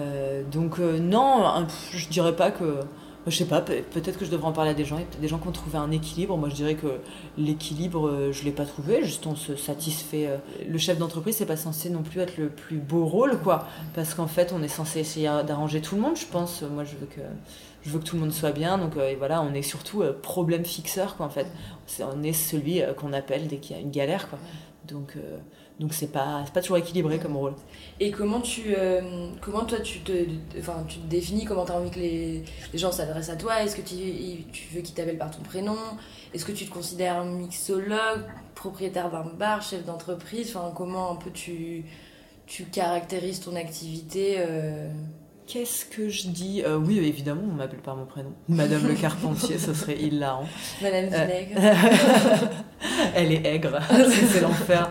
Non, je dirais pas que... Je sais pas, peut-être que je devrais en parler à des gens, et peut-être des gens qui ont trouvé un équilibre. Moi, je dirais que l'équilibre, je l'ai pas trouvé, juste on se satisfait. Le chef d'entreprise, c'est pas censé non plus être le plus beau rôle, quoi, parce qu'en fait, on est censé essayer d'arranger tout le monde, je pense. Moi, je veux que tout le monde soit bien, donc et voilà, on est surtout problème fixeur, quoi, en fait. On est celui qu'on appelle dès qu'il y a une galère, quoi. Donc c'est pas toujours équilibré comme rôle. Et comment toi tu te définis, comment tu as envie que les gens s'adressent à toi? Est-ce que tu veux qu'ils t'appellent par ton prénom? Est-ce que tu te considères mixologue, propriétaire d'un bar, chef d'entreprise? Comment un peu tu caractérises ton activité Qu'est-ce que je dis? Oui, évidemment, on m'appelle par mon prénom. Madame Le Carpentier, ce serait hilarant. Madame Vinaigre. Elle est aigre, c'est l'enfer.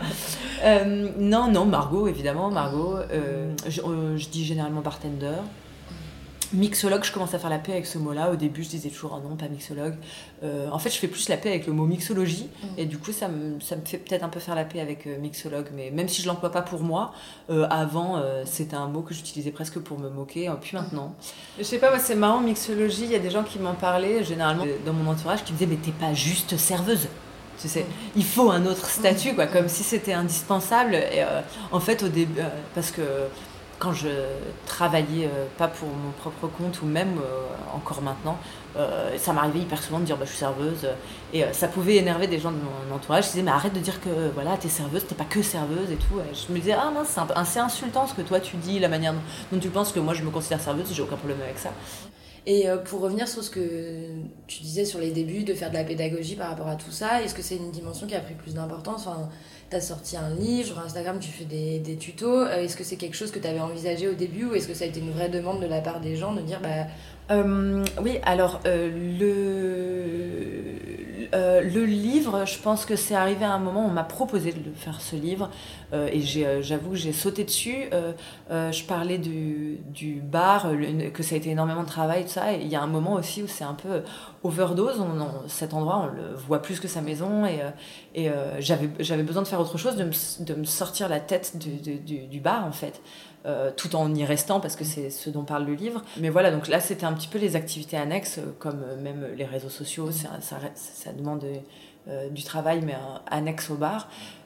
Non, Margot, évidemment, Margot. Je dis généralement bartender. Mixologue, je commence à faire la paix avec ce mot-là. Au début, je disais toujours non, pas mixologue. En fait, je fais plus la paix avec le mot mixologie. Et du coup, ça me fait peut-être un peu faire la paix avec mixologue. Mais même si je ne l'emploie pas pour moi, avant, c'était un mot que j'utilisais presque pour me moquer. Puis maintenant. Je sais pas, moi, c'est marrant, mixologie. Il y a des gens qui m'en parlaient, généralement dans mon entourage, qui me disaient mais t'es pas juste serveuse. Tu sais, il faut un autre statut, quoi, comme si c'était indispensable. Et en fait, au début, parce que quand je travaillais pas pour mon propre compte ou même encore maintenant, ça m'arrivait hyper souvent de dire je suis serveuse et ça pouvait énerver des gens de mon entourage. Je disais mais arrête de dire que voilà t'es serveuse, t'es pas que serveuse et tout. Et je me disais mince, c'est assez insultant ce que toi tu dis, la manière dont tu penses que moi je me considère serveuse, j'ai aucun problème avec ça. Et pour revenir sur ce que tu disais sur les débuts, de faire de la pédagogie par rapport à tout ça, est-ce que c'est une dimension qui a pris plus d'importance? Tu as sorti un livre, sur Instagram tu fais des tutos, est-ce que c'est quelque chose que tu avais envisagé au début ou est-ce que ça a été une vraie demande de la part des gens de dire oui, alors le livre, je pense que c'est arrivé à un moment où on m'a proposé de faire ce livre et j'avoue que j'ai sauté dessus. Je parlais du bar, que ça a été énormément de travail, tout ça, et il y a un moment aussi où c'est un peu overdose. Cet endroit, on le voit plus que sa maison et j'avais besoin de faire autre chose, de me sortir la tête du bar en fait. Tout en y restant parce que c'est ce dont parle le livre. Mais voilà, donc là c'était un petit peu les activités annexes comme même les réseaux sociaux, ça demande du travail mais annexe au bar.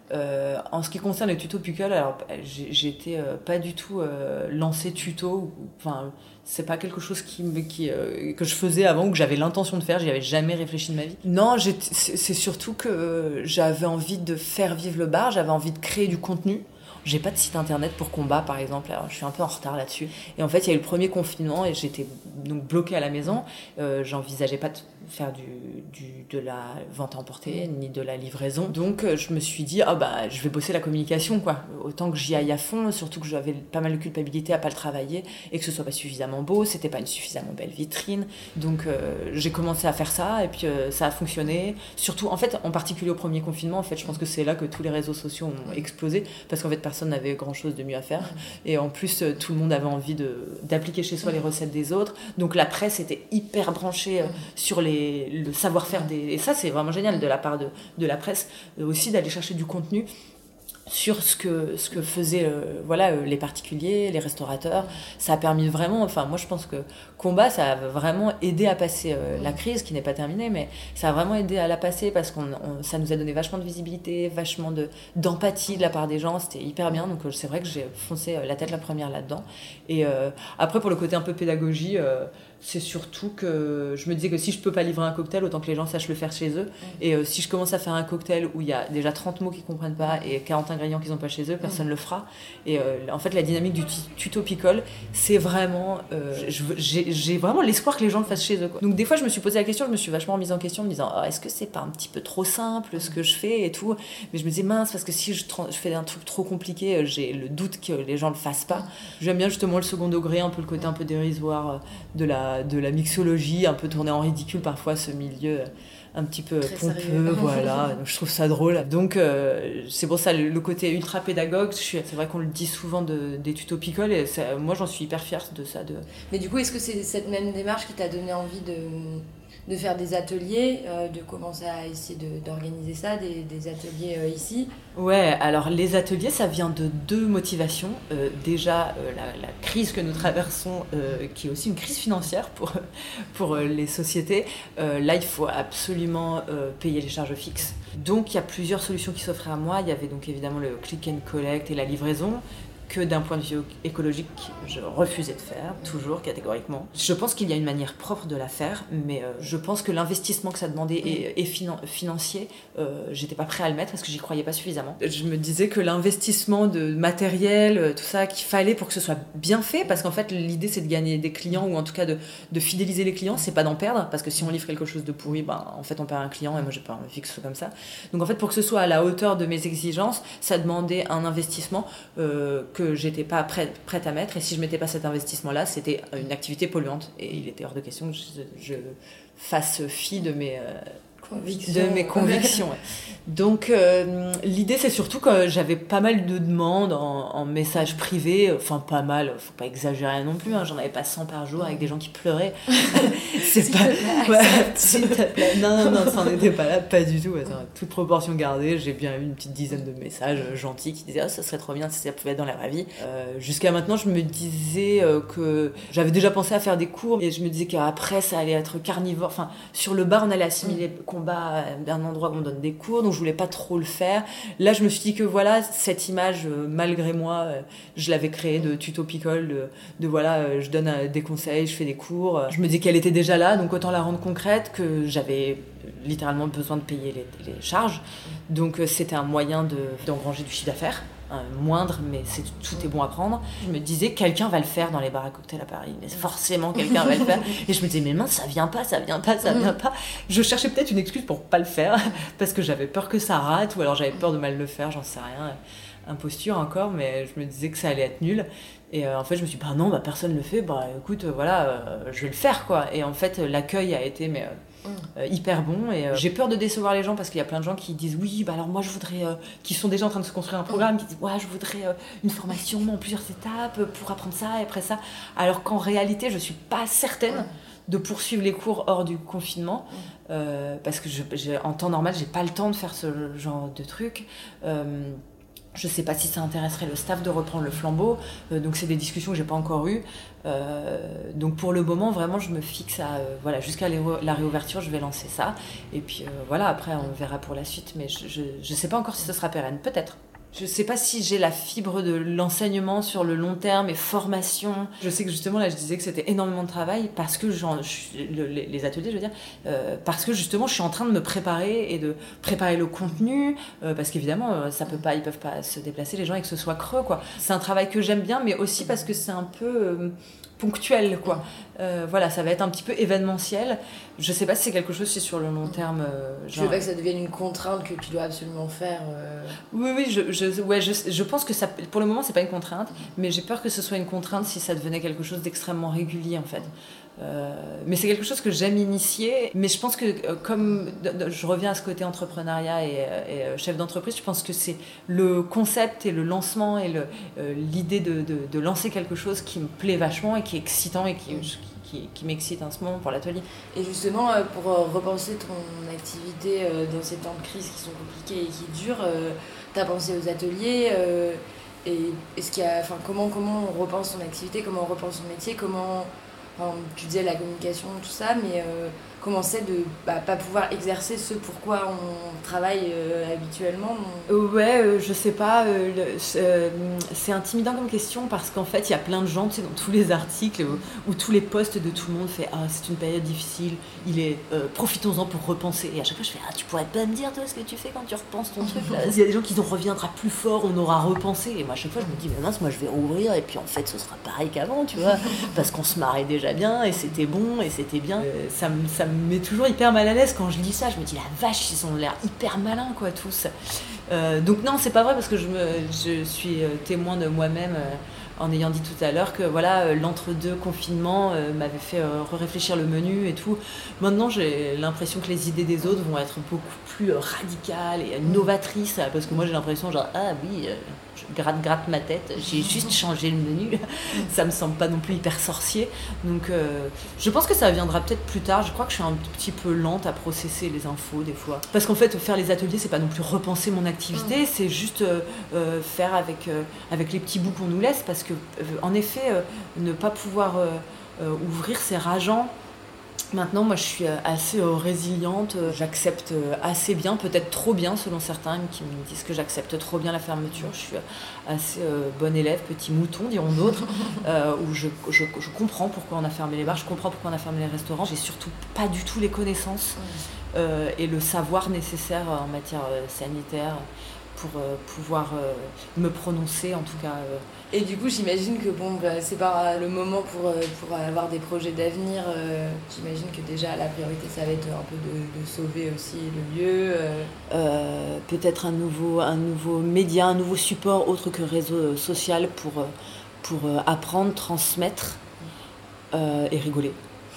En ce qui concerne les tutos Pickle, alors j'étais pas du tout lancée tuto. Enfin, c'est pas quelque chose que je faisais avant ou que j'avais l'intention de faire. J'y avais jamais réfléchi de ma vie. Non, c'est surtout que j'avais envie de faire vivre le bar. J'avais envie de créer du contenu. J'ai pas de site internet pour Combat, par exemple. Alors, je suis un peu en retard là-dessus. Et en fait, il y a eu le premier confinement et j'étais donc bloquée à la maison. J'envisageais pas de faire de la vente à emporter ni de la livraison. Donc, je me suis dit, je vais bosser la communication, quoi. Autant que j'y aille à fond, surtout que j'avais pas mal de culpabilité à pas le travailler et que ce soit pas suffisamment beau, c'était pas une suffisamment belle vitrine. Donc, j'ai commencé à faire ça et puis ça a fonctionné. Surtout, en fait, en particulier au premier confinement, en fait, je pense que c'est là que tous les réseaux sociaux ont explosé parce qu'en fait, personne n'avait grand chose de mieux à faire et en plus tout le monde avait envie d'appliquer chez soi les recettes des autres, donc la presse était hyper branchée sur le savoir-faire et ça c'est vraiment génial de la part de la presse aussi d'aller chercher du contenu sur ce que faisaient les particuliers, les restaurateurs. Ça a permis vraiment, enfin moi je pense que Combat ça a vraiment aidé à passer la crise qui n'est pas terminée, mais ça a vraiment aidé à la passer parce que ça nous a donné vachement de visibilité, vachement d'empathie de la part des gens, c'était hyper bien, donc c'est vrai que j'ai foncé la tête la première là-dedans. Et après pour le côté un peu pédagogie, c'est surtout que je me disais que si je peux pas livrer un cocktail, autant que les gens sachent le faire chez eux. Et si je commence à faire un cocktail où il y a déjà 30 mots qu'ils comprennent pas et 40 ingrédients qu'ils ont pas chez eux, personne le fera. Et en fait, la dynamique du tuto Picole, c'est vraiment... j'ai vraiment l'espoir que les gens le fassent chez eux, quoi. Donc des fois, je me suis posé la question, je me suis vachement remise en question, en me disant est-ce que c'est pas un petit peu trop simple ce que je fais et tout. Mais je me disais mince, parce que si je fais un truc trop compliqué, j'ai le doute que les gens le fassent pas. J'aime bien justement le second degré, un peu le côté un peu dérisoire de la mixologie, un peu tourné en ridicule parfois, ce milieu un petit peu très pompeux, sérieux. voilà. Je trouve ça drôle. Donc c'est pour ça le côté ultra pédagogue. C'est vrai qu'on le dit souvent des tutos Picole et moi j'en suis hyper fière de ça. Mais du coup, est-ce que c'est cette même démarche qui t'a donné envie de faire des ateliers, de commencer à essayer d'organiser ça, des ateliers ici? Ouais, alors les ateliers, ça vient de deux motivations. Déjà, la crise que nous traversons, qui est aussi une crise financière pour les sociétés. Là, il faut absolument payer les charges fixes. Donc, il y a plusieurs solutions qui s'offraient à moi. Il y avait donc évidemment le click and collect et la livraison, que d'un point de vue écologique, je refusais de faire, toujours catégoriquement. Je pense qu'il y a une manière propre de la faire, mais je pense que l'investissement que ça demandait est financier, j'étais pas prêt à le mettre parce que j'y croyais pas suffisamment. Je me disais que l'investissement de matériel, tout ça, qu'il fallait pour que ce soit bien fait, parce qu'en fait l'idée c'est de gagner des clients, ou en tout cas de fidéliser les clients, c'est pas d'en perdre, parce que si on livre quelque chose de pourri, en fait on perd un client, et moi j'ai pas envie que ce soit comme ça. Donc en fait pour que ce soit à la hauteur de mes exigences, ça demandait un investissement que j'étais pas prête à mettre, et si je mettais pas cet investissement là, c'était une activité polluante et il était hors de question que je fasse fi de mes convictions. Ouais. Donc l'idée c'est surtout que j'avais pas mal de demandes en message privé, enfin pas mal, faut pas exagérer non plus, j'en avais pas 100 par jour avec des gens qui pleuraient. C'est pas s'il te plaît. Non, ça n'en était pas là, pas du tout. Toute proportion gardée, j'ai bien eu une petite dizaine de messages gentils qui disaient ça serait trop bien si ça pouvait être dans la vraie vie. Jusqu'à maintenant, je me disais que j'avais déjà pensé à faire des cours et je me disais qu'après ça allait être carnivore. Enfin, sur le bar, on allait assimiler Combat à un endroit où on donne des cours, donc je voulais pas trop le faire. Là, je me suis dit que voilà, cette image, malgré moi, je l'avais créée de tuto Picole, je donne des conseils, je fais des cours. Je me dis qu'elle était déjà là, donc autant la rendre concrète, que j'avais littéralement besoin de payer les charges. Donc c'était un moyen d'engranger du chiffre d'affaires. Moindre, mais tout est bon à prendre. Je me disais, quelqu'un va le faire dans les bars à cocktails à Paris, mais forcément quelqu'un va le faire. Et je me disais, mais mince, ça vient pas. Je cherchais peut-être une excuse pour pas le faire, parce que j'avais peur que ça rate, ou alors j'avais peur de mal le faire, j'en sais rien. Imposture encore, mais je me disais que ça allait être nul. Et en fait, je me suis dit, personne le fait, écoute, je vais le faire, quoi. Et en fait, l'accueil a été hyper bon, et j'ai peur de décevoir les gens parce qu'il y a plein de gens qui disent oui, alors moi je voudrais, qui sont déjà en train de se construire un programme, qui disent je voudrais une formation en plusieurs étapes pour apprendre ça et après ça, alors qu'en réalité je suis pas certaine de poursuivre les cours hors du confinement, parce que en temps normal j'ai pas le temps de faire ce genre de truc. Je ne sais pas si ça intéresserait le staff de reprendre le flambeau, donc c'est des discussions que je n'ai pas encore eues. Donc pour le moment, vraiment, je me fixe à... voilà, jusqu'à la réouverture, je vais lancer ça. Et puis voilà, après, on verra pour la suite. Mais je ne sais pas encore si ce sera pérenne. Peut-être. Je ne sais pas si j'ai la fibre de l'enseignement sur le long terme et formation. Je sais que justement, là, je disais que c'était énormément de travail parce que les ateliers, je veux dire, parce que justement, je suis en train de me préparer et de préparer le contenu, parce qu'évidemment, ils peuvent pas se déplacer les gens et que ce soit creux, quoi. C'est un travail que j'aime bien, mais aussi parce que c'est un peu ponctuel, quoi. Voilà, ça va être un petit peu événementiel. Je sais pas si c'est quelque chose qui sur le long terme. Je veux pas que ça devienne une contrainte que tu dois absolument faire. Oui, je pense que ça, pour le moment, c'est pas une contrainte, mais j'ai peur que ce soit une contrainte si ça devenait quelque chose d'extrêmement régulier, en fait. Mais c'est quelque chose que j'aime initier, mais je pense que comme je reviens à ce côté entrepreneuriat et chef d'entreprise, je pense que c'est le concept et le lancement et l'idée de lancer quelque chose qui me plaît vachement et qui est excitant et qui m'excite en ce moment pour l'atelier. Et justement, pour repenser ton activité dans ces temps de crise qui sont compliqués et qui durent, t'as pensé aux ateliers et est-ce qu'il y a, comment on repense son activité, comment on repense son métier, tu disais la communication, tout ça, mais comment c'est de pas pouvoir exercer ce pourquoi on travaille habituellement je sais pas, c'est intimidant comme question parce qu'en fait il y a plein de gens, tu sais, dans tous les articles où tous les posts de tout le monde fait c'est une période difficile, profitons-en pour repenser, et à chaque fois je fais tu pourrais pas me dire toi ce que tu fais quand tu repenses ton truc là. Il y a des gens qui disent on reviendra plus fort, on aura repensé, et moi à chaque fois je me dis mais mince, moi je vais rouvrir et puis en fait ce sera pareil qu'avant, tu vois, parce qu'on se marrait déjà bien et c'était bon et c'était bien. Ça me met toujours hyper mal à l'aise quand je lis ça. Je me dis la vache, ils ont l'air hyper malins, quoi, tous. Donc non, c'est pas vrai, parce que je suis témoin de moi-même en ayant dit tout à l'heure que voilà, l'entre-deux confinements m'avait fait réfléchir le menu et tout. Maintenant, j'ai l'impression que les idées des autres vont être beaucoup plus radicales et novatrices, parce que moi j'ai l'impression genre je gratte ma tête, j'ai juste changé le menu. Ça me semble pas non plus hyper sorcier. Donc je pense que ça viendra peut-être plus tard. Je crois que je suis un petit peu lente à processer les infos des fois. Parce qu'en fait, faire les ateliers, c'est pas non plus repenser mon activité, c'est juste faire avec les petits bouts qu'on nous laisse. Parce que, en effet, ne pas pouvoir ouvrir, c'est rageant. Maintenant, moi, je suis assez résiliente, j'accepte assez bien, peut-être trop bien selon certains qui me disent que j'accepte trop bien la fermeture. Je suis assez bonne élève, petit mouton, diront d'autres, où je comprends pourquoi on a fermé les bars, je comprends pourquoi on a fermé les restaurants. J'ai surtout pas du tout les connaissances et le savoir nécessaire en matière sanitaire pour pouvoir me prononcer, en tout cas. Et du coup, j'imagine que c'est pas le moment pour avoir des projets d'avenir. J'imagine que déjà, la priorité, ça va être un peu de sauver aussi le lieu. Peut-être un nouveau média, un nouveau support autre que réseau social pour apprendre, transmettre et rigoler.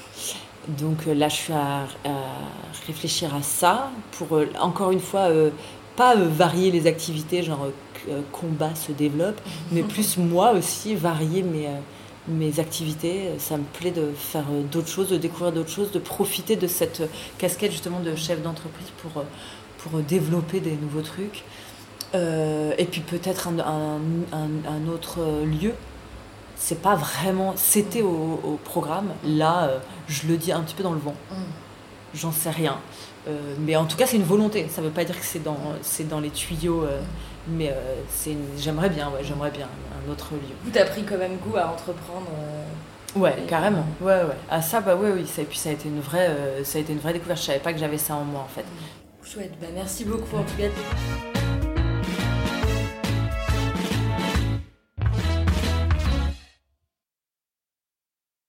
Donc là, je suis à réfléchir à ça pour, encore une fois, pas varier les activités, genre combat se développe, mais plus moi aussi varier mes activités. Ça me plaît de faire d'autres choses, de découvrir d'autres choses, de profiter de cette casquette justement de chef d'entreprise pour développer des nouveaux trucs. Et puis peut-être un autre lieu. C'est pas vraiment... C'était au programme. Là, je le dis un petit peu dans le vent. J'en sais rien. Mais en tout cas, c'est une volonté. Ça veut pas dire que c'est dans les tuyaux. Mais j'aimerais bien un autre lieu. T'as pris quand même goût à entreprendre. Ouais, carrément. Ouais. Ah ça, oui. Et puis ça a été une vraie découverte. Je savais pas que j'avais ça en moi, en fait. Chouette. Merci beaucoup en tout cas.